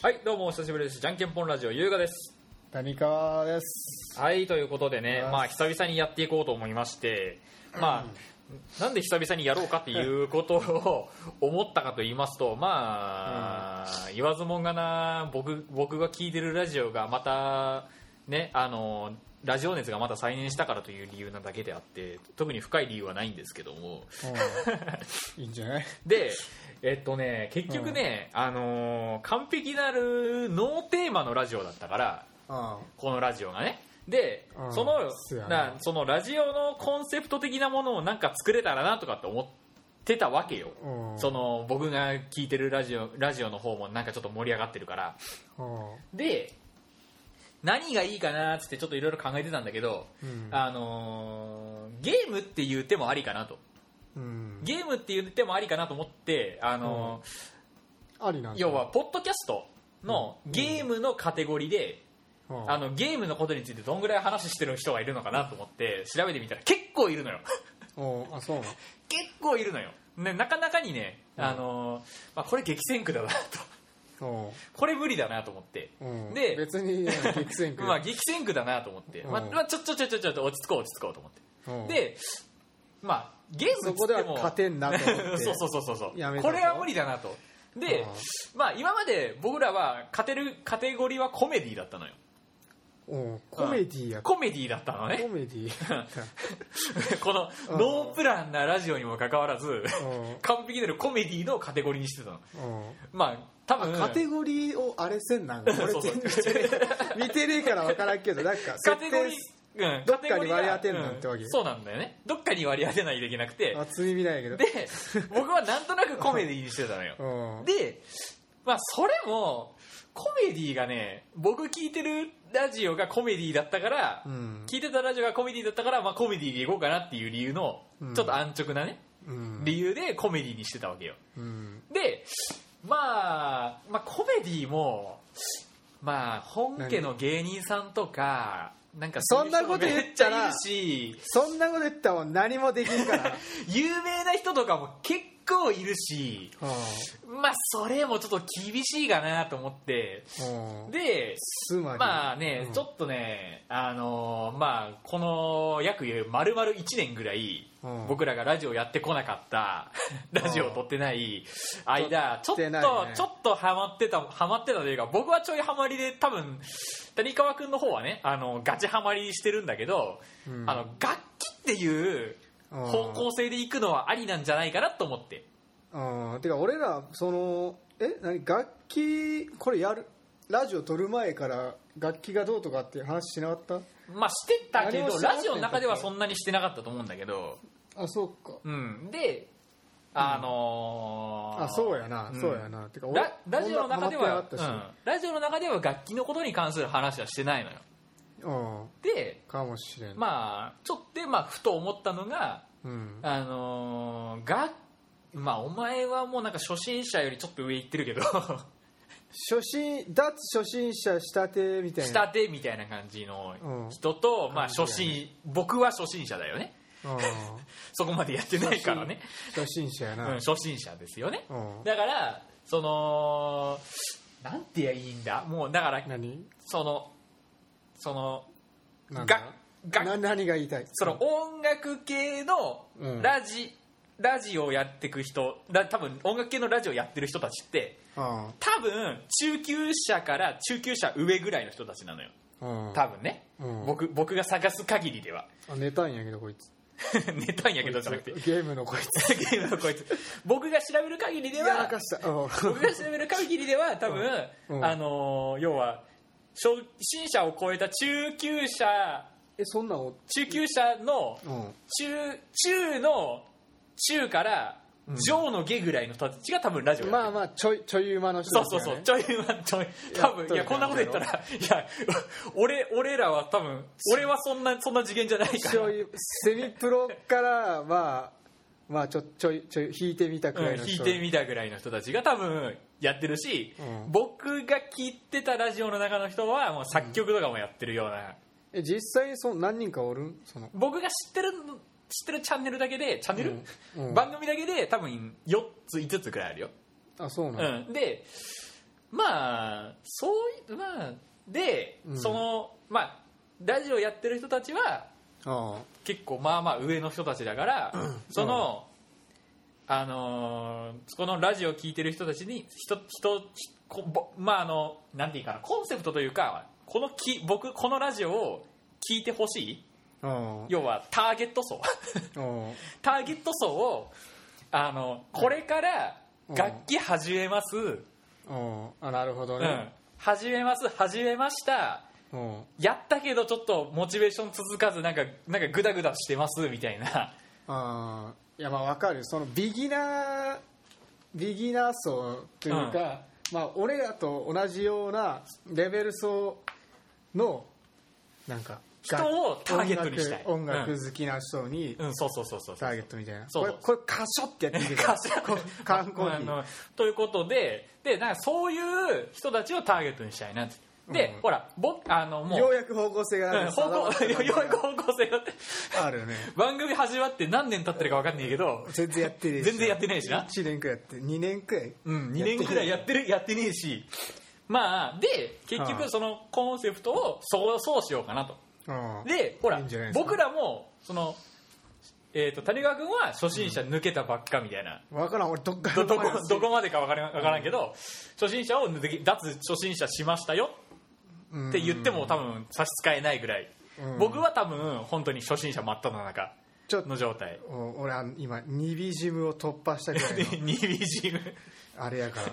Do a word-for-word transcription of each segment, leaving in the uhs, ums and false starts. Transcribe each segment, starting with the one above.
はいどうもお久しぶりです。じゃんけんぽんラジオ優雅です。 谷川です。 はいということでね、まあ久々にやっていこうと思いまして、まあ、うん、なんで久々にやろうかっていうことを思ったかと言いますと、まあ、うん、言わずもんがな、僕僕が聞いてるラジオがまたね、あのラジオ熱がまた再燃したからという理由なだけであって、特に深い理由はないんですけども、 うん、いいんじゃない？ でえっとね結局ね、うん、あの完璧なるノーテーマのラジオだったから、うん、このラジオがね、で、うん、そのなそのラジオのコンセプト的なものをなんか作れたらなとかって思ってたわけよ、うん、その僕が聞いてるラジオラジオの方もなんかちょっと盛り上がってるから、うん、で何がいいかなっつってちょっといろいろ考えてたんだけど、うん、あのー、ゲームっていう手もありかなと、うん、ゲームっていう手もありかなと思って、あのーうん、ありなんだ。 要はポッドキャストのゲームのカテゴリーで、うん、あのゲームのことについてどんぐらい話してる人がいるのかなと思って調べてみたら結構いるのよ。 あ、そうなの？ 結構いるのよ、ね、なかなかにね、うん、あのーまあ、これ激戦区だなとこれ無理だなと思って、うん、で別に激戦区まあ激戦区だなと思って、うん、まあ、ちょちょちょちょちょっと落ち着こう落ち着こうと思って、うん、でまあゲームっつってもそこでは勝てんなと思ってそうそうそうそうそうこれは無理だなと。で、うん、まあ今まで僕らは勝てるカテゴリーはコメディだったのよ。 うん、コメディや、 うん、コメディだったのね。 コメディこのノープランなラジオにもかかわらず、うん、完璧なるコメディのカテゴリーにしてたの、うん、まあ多分カテゴリーをあれせんなんか俺全然見てねえから分からんけど、なんかカテゴリー、うん、 どっかに割り当てんなんってわけ、うん、 そうなんだよね。どっかに割り当てないといけなくて、 初耳ないけど、 で僕はなんとなくコメディにしてたのよ、うん、でまあそれもコメディがね、僕聞いてるラジオがコメディだったから、うん、聞いてたラジオがコメディだったから、まあ、コメディでいこうかなっていう理由の、うん、ちょっと安直なね、うん、理由でコメディにしてたわけよ、うん、で、まあ、まあコメディもまあ本家の芸人さんとかなんかそんなこと言ったらし、 そんなこと言ったら何もできんから有名な人とかも結構いるし、はあ、まあそれもちょっと厳しいかなと思って、はあ、でまあね、うん、ちょっとね、あのー、まあこの約丸々いちねんぐらい、はあ、僕らがラジオやってこなかったラジオを撮ってない間、ちょっと、ね、ちょっとハマってたハマってたというか、僕はちょいハマりで、多分谷川君の方はね、あのガチハマりしてるんだけど、うん、あの楽器っていう方向性でいくのはありなんじゃないかなと思って。 あ、てか俺らそのえ何楽器これやるラジオ撮る前から楽器がどうとかっていう話しなかった？ まあしてたけどラジオの中ではそんなにしてなかったと思うんだけど。 あ、そうか。 うん。であのーうん、あ、そうやな、うん、そうやな。てかララジオの中では、うん、ラジオの中では楽器のことに関する話はしてないのよ。でかもしれん。 まあちょっとで、まあ、ふと思ったのが、うん、あのー、楽まあお前はもうなんか初心者よりちょっと上行ってるけど初心脱初心者したてみたいなしたてみたいな感じの人と、うん、まあ初心僕は初心者だよね、うん、そこまでやってないからね。 初心者やな、 うん、初心者ですよね、うん、だからそのなんて言えばいいんだ、もうだから何そのそのがが何が言いたい、 その音楽系のラジ、うんラジオをやってく人、多分音楽系のラジオやってる人たちって、うん、多分中級者から中級者上ぐらいの人たちなのよ、うん、多分ね、うん、僕僕が探す限りでは。 あ、寝たんやけどこいつ寝たんやけどじゃなくてゲームのこいつゲームのこいつ僕が調べる限りでは僕が調べる限りでは多分、うん、あのー、要は初心者を超えた中級者えそんな中級者の、うん、中中の中から上の下ぐらいの人たちが多分ラジオやってる、 まあまあちょいちょい馬の人たち、 ね、そうそうそうちょい馬ちょい多分いやこんなこと言ったらいや俺俺らは多分俺はそんなそんな次元じゃないからちょいセミプロからまあまあちょちょいちょい弾いてみたくらいの人、うん、弾いてみたぐらいの人たちが多分やってるし、うん、僕が聞いてたラジオの中の人はもう作曲とかもやってるような、うん、 え実際にその何人かおるんその僕が知ってる知ってるチャンネルだけでチャンネル、うんうん、番組だけで多分よっついつつくらいあるよ。 あ、そうなの、うん、でまあそういうまあで、うん、そのまあラジオやってる人たちは結構まあまあ上の人たちだから、うん、その、うん、あのー、このラジオを聞いてる人たちに人人こまああのなんていうかなコンセプトというかこのき僕このラジオを聞いてほしい、要はターゲット層ターゲット層をあのこれから楽器始めます、 あなるほどね、うん、 始めます始めました、やったけどちょっとモチベーション続かずなんかなんかグダグダしてますみたいな。 あいやまあわかる、そのビギナービギナー層というか、うん、まあ俺らと同じようなレベル層のなんか人をターゲットにしたい、 音楽好きな人に、 うん、そうそうそうそうターゲットみたいな、 そうそうこれこれカショってやってみてカショ観光機ということで、でなんかそういう人たちをターゲットにしたいなって。で、うん、ほら僕あのもうようやく方向性がある、 うん、方向ようやく方向性があるよね。 番組始まって何年経ってるか分かんないけど全然やってねえし全然やってねえしな。 いちねんくらいやってにねんくらい、 うん、にねんくらいやってるやってねえし、まあで結局そのコンセプトをそうそうしようかなと。でほらいい僕らもその、えー、と谷川君は初心者抜けたばっかみたいな、 分からん俺どっかどどこどこまでか分からん、分からんけど、初心者を抜け脱初心者しましたよって言っても多分差し支えないぐらい、僕は多分本当に初心者真っ只中の状態。 俺は今ニビジムを突破したぐらいのニビジムあれやから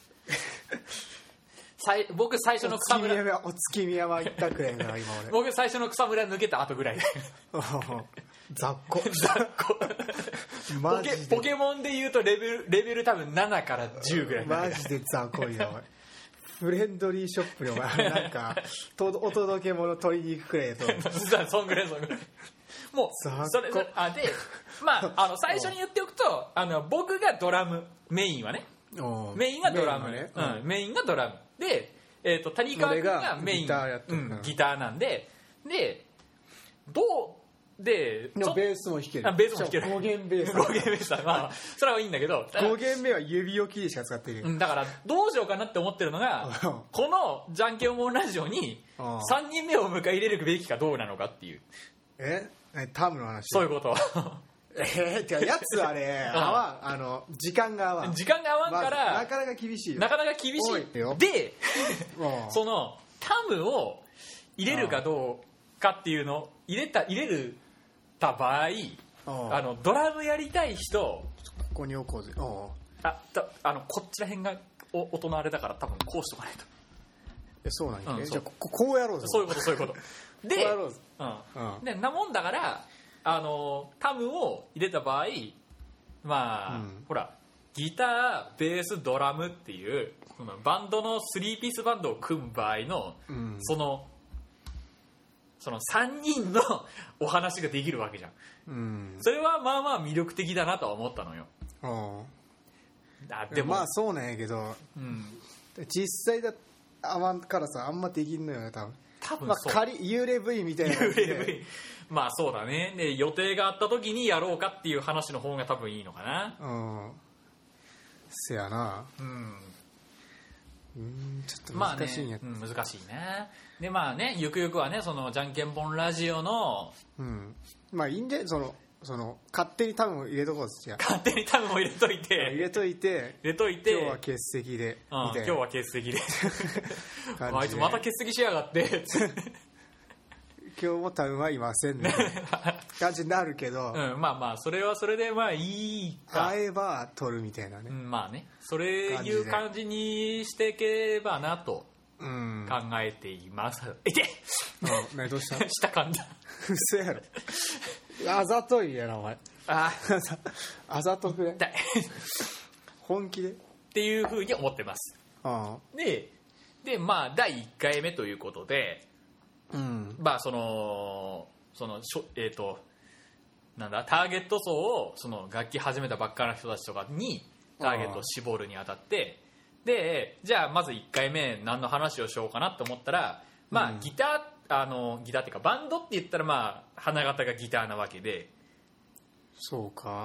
僕最初の草むらお月見山行ったくらいな今俺僕最初の草むら抜けた後ぐらいで雑魚雑魚マジで ポケ、ポケモンで言うとレベルレベル多分ななからじゅうぐらいマジで雑魚いなお前フレンドリーショップにお前なんかとお届け物取りに行くくらいやとそんぐらいそんぐらいもうそれそれあでまああの最初に言っておくとあの僕がドラムメインはねメインがドラムメイン、ねうん、メインがドラムで、えー、と谷川君がメインギターやってる、うん、ギターなんででどうでベースも弾けるあベースも弾けるご弦ベースご弦ベースはまあそれはいいんだけどご弦目は指置きでしか使ってる、 うん、だからどうしようかなって思ってるのがこのじゃんけんぽんラジオにさんにんめを迎え入れるべきかどうなのかっていう。 えタムの話そういうことえー、てかやつはね合わんあの時間が合わん時間が合わんから、 ま、なかなか厳しいよなかなか厳しいでそのタムを入れるかどうかっていうのを入れた入れるた場合あのドラムやりたい人ここに置こうぜあだあのこっちら辺がお音のあれだから多分こうしとかないとえそうなんや、うん、じゃあ こ, こうやろうぜそういうことそういうことでこうやろうぜ、 うんうん、でなもんだからあのタムを入れた場合まあ、うん、ほらギターベースドラムっていうそのバンドのスリーピースバンドを組む場合の、うん、そのそのさんにんのお話ができるわけじゃん、うん、それはまあまあ魅力的だなとは思ったのよ。 あでもまあそうなんやけど、うん、実際だあまからさあんまできんのよね多分多分まあ、仮幽霊 V みたいな幽霊 V まあそうだねで予定があった時にやろうかっていう話の方が多分いいのかな。 うんせやなうんうんちょっと難しいんや、 まあねうん、難しいね。でまあねゆくゆくはねそのじゃんけんぽんラジオのうんまあいいんでそのその勝手にタムを入れとこうじゃ勝手にタムを入れといて入れといて入れといて今日は欠席で、 うん、今日は欠席であいつまた欠席しやがって今日もタムはいませんね感じになるけど、 うん、まあまあそれはそれでまあいいか会えば取るみたいなね、 うん、まあねそれいう感じにしていければなと考えています。いてうん何どうした下噛んだ嘘やろあざといやなお前ああざとくれ本気でっていうふうに思ってます。ああででまあだいいっかいめということで、うん、まあそのそのしょえっ、ー、となんだターゲット層をその楽器始めたばっかの人たちとかにターゲットを絞るにあたってでじゃあまずいっかいめ何の話をしようかなと思ったらまあ、うん、ギターあのギターっていうかバンドって言ったらまあ花形がギターなわけでそうか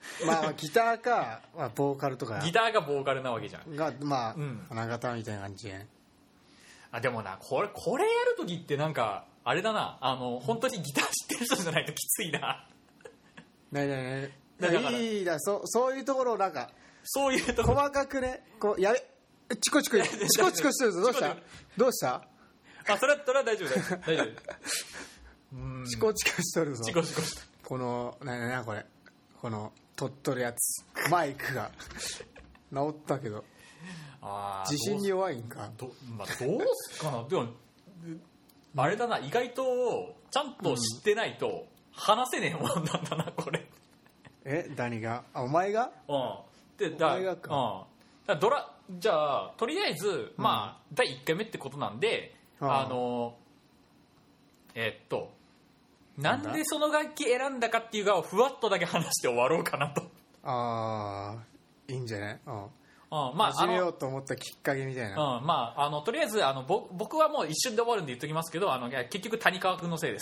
まあギターか、まあ、ボーカルとかギターがボーカルなわけじゃんがまあ、 うん、 花形みたいな感じで。 あでもなこれこれやるときってなんかあれだな、あの本当にギター知ってる人じゃないときついな。 ないないない。だからいいだ、そそういうところをなんかそういうところ細かくね、こうやれチコチコチコチコしてるぞ。どうしたどうした？ あそれそれは大丈夫大丈夫うんチコチコしとるぞ。 チコチコしこのなななこれこの取っとるやつマイクが治ったけどあ地震に弱いんか。 ど、まあ、どうすかな。でもあれだな、意外とちゃんと知ってないと話せねえもんなんだなこれ。 え何が？あお前が？ うんでだお前がか、 うん、だドラじゃあとりあえず、うん、まあだいいっかいめってことなんで、うん、あのえー、っとなんでその楽器選んだかっていうかをふわっとだけ話して終わろうかなと。 ああいいんじゃない？うん、 うんまあ、 始めようと思ったきっかけみたいな。 うんまあ、あのとりあえずあのぼ僕はもう一瞬で終わるんで言っときますけど、あの結局谷川君のせいです。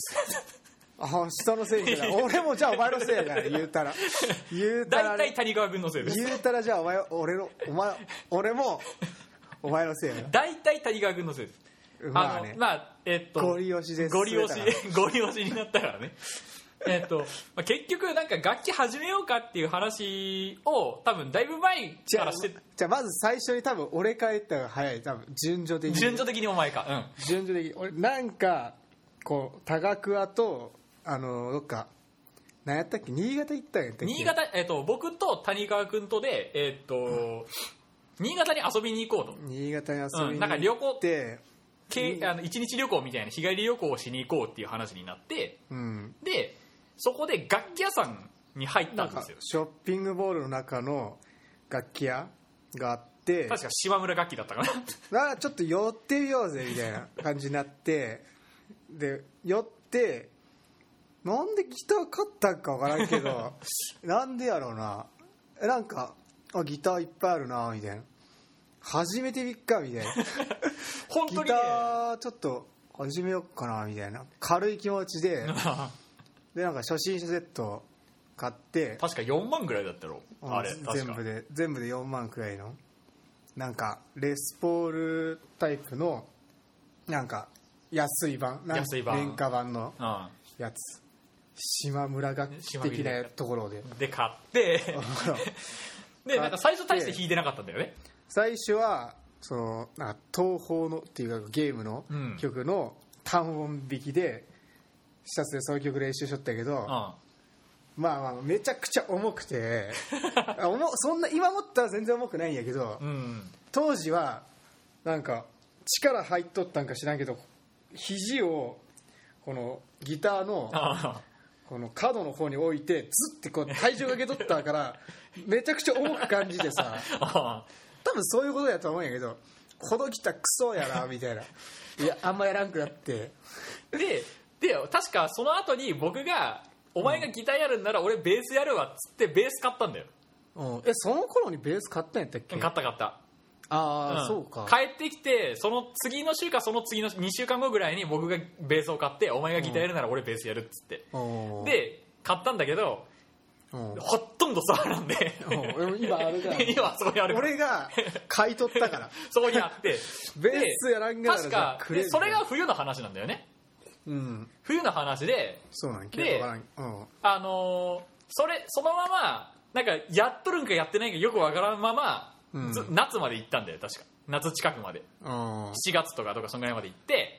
あ人のせいじゃない。俺もじゃあお前のせいやから言うたら言うたら、ね、 大体谷川君のせいです。 言うたらじゃあお前俺のお前俺もお前のせいやな。 大体谷川君のせいです。 まあね、 あのまあえっとゴリ押しです。 ゴリ押しゴリ押しになったからね。えっとまあ、結局なんか楽器始めようかっていう話を多分だいぶ前からして。 じゃあまず最初に多分俺から言った方が早い。多分順序的に順序的にお前か、うん、 順序的に俺なんかこうタガクワとあのどっか何やったっけ新潟行ったんやったっけ。 新潟、えっと、僕と谷川君とで、えっとうん、新潟に遊びに行こうと。 新潟に遊びに行って、うん、 なんか旅行ってあの一日旅行みたいな日帰り旅行をしに行こうっていう話になって、うん、でそこで楽器屋さんに入ったんですよ。 ショッピングモールの中の楽器屋があって、 確か島村楽器だったかな。 なちょっと寄ってみようぜみたいな感じになってで寄ってなんでギター買ったんか分からんけどなんでやろうな、なんかあギターいっぱいあるなみたいな、初めてみっかみたいな本当に、ね、 ギターちょっと始めようかなみたいな軽い気持ちででなんか初心者セット買って、 確かよんまんぐらいだったろ、うん、あれ全部で全部でよんまんくらいのなんかレスポールタイプのなんか安い版安い版廉価版のやつ、うん、島村楽器的なところでで買ってでなんか最初大して弾いてなかったんだよね。 最初はそのなんか東宝のっていうかゲームの曲の単音弾きでひたすらそういう曲練習しとったけど、うん、まあまあめちゃくちゃ重くて重そんな今思ったら全然重くないんやけど、うん、当時はなんか力入っとったんか知らんけど肘をこのギターのこの角の方に置いてズッてこう体重かけとったからめちゃくちゃ重く感じてさ多分そういうことやと思うんやけど、このギタークソやなみたいな、いやあんまやらんくなってでで確かその後に僕がお前がギターやるんなら俺ベースやるわっつってベース買ったんだよ、 うん、えその頃にベース買ったんやったっけ。 買った買った。 ああ、うん、そうか。 帰ってきてその次の週かその次のにしゅうかんごぐらいに僕がベースを買って、お前がギターやるなら俺ベースやるっつって、うん、で買ったんだけど、うん、ほとんど触らんで今あれだ今そこにある俺が買い取ったからそこにあってベースやらんが確かそれが冬の話なんだよね、うん、冬の話でそうなんで、うん、あのー、それそのままなんかやっとるんかやってないかよくわからんまま、うん、夏まで行ったんだよ確か。夏近くまで、うん、しちがつとかとかそのぐらいまで行って、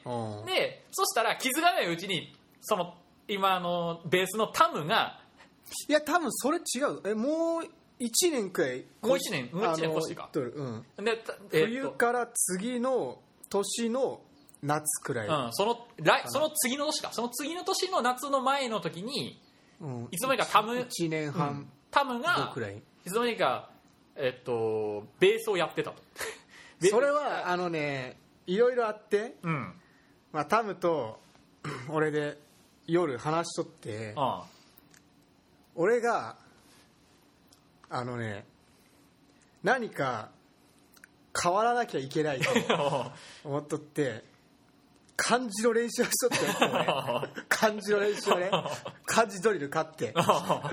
うん、でそしたら気づかないうちにその今のベースのタムがいや多分それ違う、えもういちねんくらいもういちねんもういちねん越してか、 うん、で、えー、冬から次の年の夏くらい、 うん、その来その次の年かその次の年の夏の前の時に、うん、いつの間にかタムいちねんはん、うん、 タムがいつの間にか、えっと、ベースをやってたとそれはあのねいろいろあって、うんまあ、タムと俺で夜話しとって、ああ俺があのね何か変わらなきゃいけないと思っとって漢字の練習をしとって漢字の練習をね漢字ドリル買って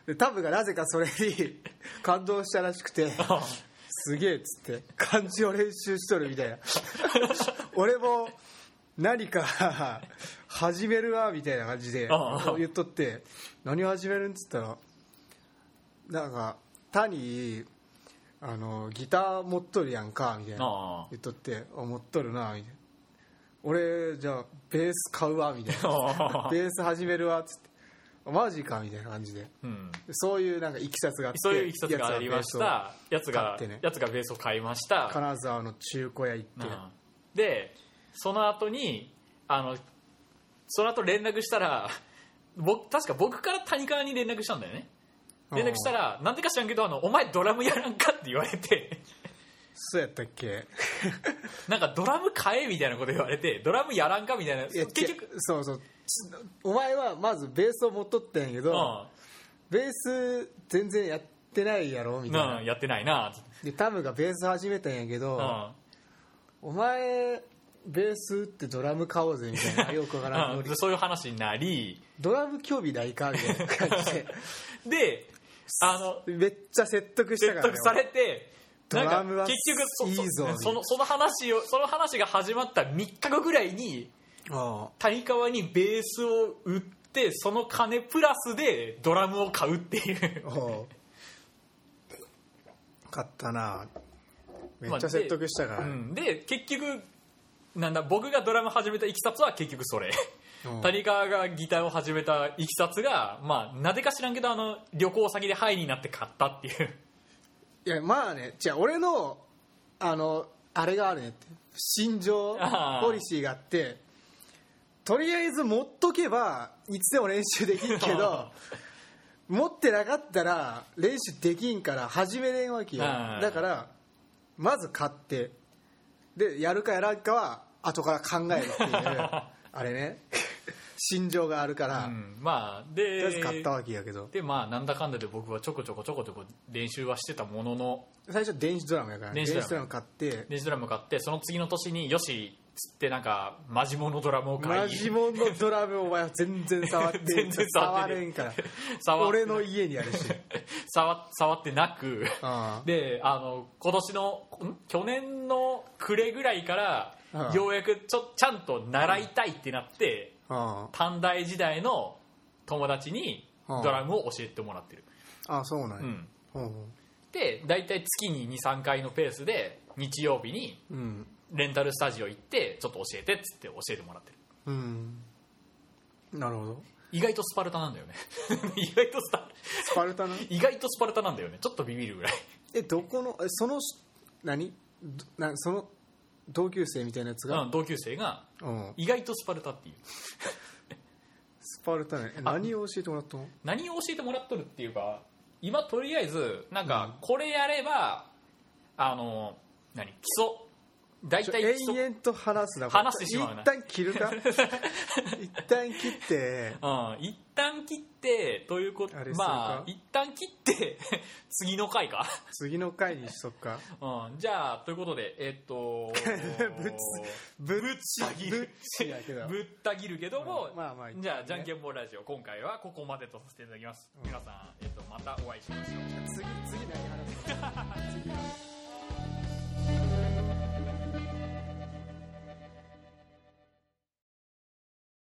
でタムがなぜかそれに感動したらしくてすげえっつって漢字を練習しとるみたいな俺も何か始めるわみたいな感じで言っとって何を始めるんっつったらなんか谷あのギター持っとるやんかみたいな言っとってあ持っとるなみたいな俺じゃあベース買うわみたいなベース始めるわっつってマジかみたいな感じで、うん、そういうなんかいきさつがあってそういういきさつがありましたやつがやつがベースを買いました金沢の中古屋行って、うん、 でその後にあのその後連絡したら僕確か僕から谷川に連絡したんだよね連絡したらなんでか知らんけどあのお前ドラムやらんかって言われてそうやったっけなんかドラム買えみたいなこと言われてドラムやらんかみたいな結局そうそうお前はまずベースを持っとったんやけど、うん、ベース全然やってないやろみたいな、 うん、やってないなでタムがベース始めたんやけど、うん、お前ベースってドラム買おうぜみたいなよくわからん、 うん、そういう話になりドラム興味ないかみたいな感じでであのめっちゃ説得したから、ね、 説得されてドラムは結局 そ, いいぞそ, のその話をその話が始まったみっかごぐらいに谷川にベースを売ってその金プラスでドラムを買うっていう買ったなめっちゃ説得したから、 まあ、で, うん、で結局なんだ僕がドラム始めたいきさつは結局それ谷川がギターを始めたいきさつがまあなぜか知らんけどあの旅行先でハイになって買ったっていういやまあねじゃあ俺のあのあれがあるねって心情ポリシーがあってとりあえず持っとけばいつでも練習できるけど持ってなかったら練習できんから始めれんわけよだからまず買ってでやるかやらんかは後から考えるっていうあれね心情があるから、うん、 まあでとりあえず買ったわけやけどでまあなんだかんだで僕はちょこちょこちょこちょこ練習はしてたものの最初電子ドラムやから電子ドラム買って電子ドラム買ってその次の年によしつってなんかマジモノドラムを買いマジモノドラムお前は全然触って全然触れんから俺の家にあるし触, 触ってなくああであの今年のん去年の暮れぐらいからああようやくちょちゃんと習いたいってなってああ短大時代の友達にドラムを教えてもらってるああそうなんや、 うんうん、で大体月に にさんかいのペースで日曜日にレンタルスタジオ行ってちょっと教えてっつって教えてもらってるうんなるほど意外とスパルタなんだよね意外とスタスパルタな意外とスパルタなんだよねちょっとビビるぐらいえどこのえその何なその同級生みたいなやつが、 うん、同級生が意外とスパルタっていうスパルタね何を教えてもらったの何を教えてもらっとるっていうか今とりあえずなんかこれやれば、うん、あの何基礎大体永遠と話すな話してしまうな一旦切るか一旦切って、 うん、一旦切ってということまあ一旦切って次の回か次の回にしとくか、 うん、じゃあということでえっとぶっぶった切るぶった切るけども、 うんまあまあ、 じゃあじゃんけんぽんラジオ今回はここまでとさせていただきます、うん、皆さん、えっと、またお会いしましょう次次何話すの次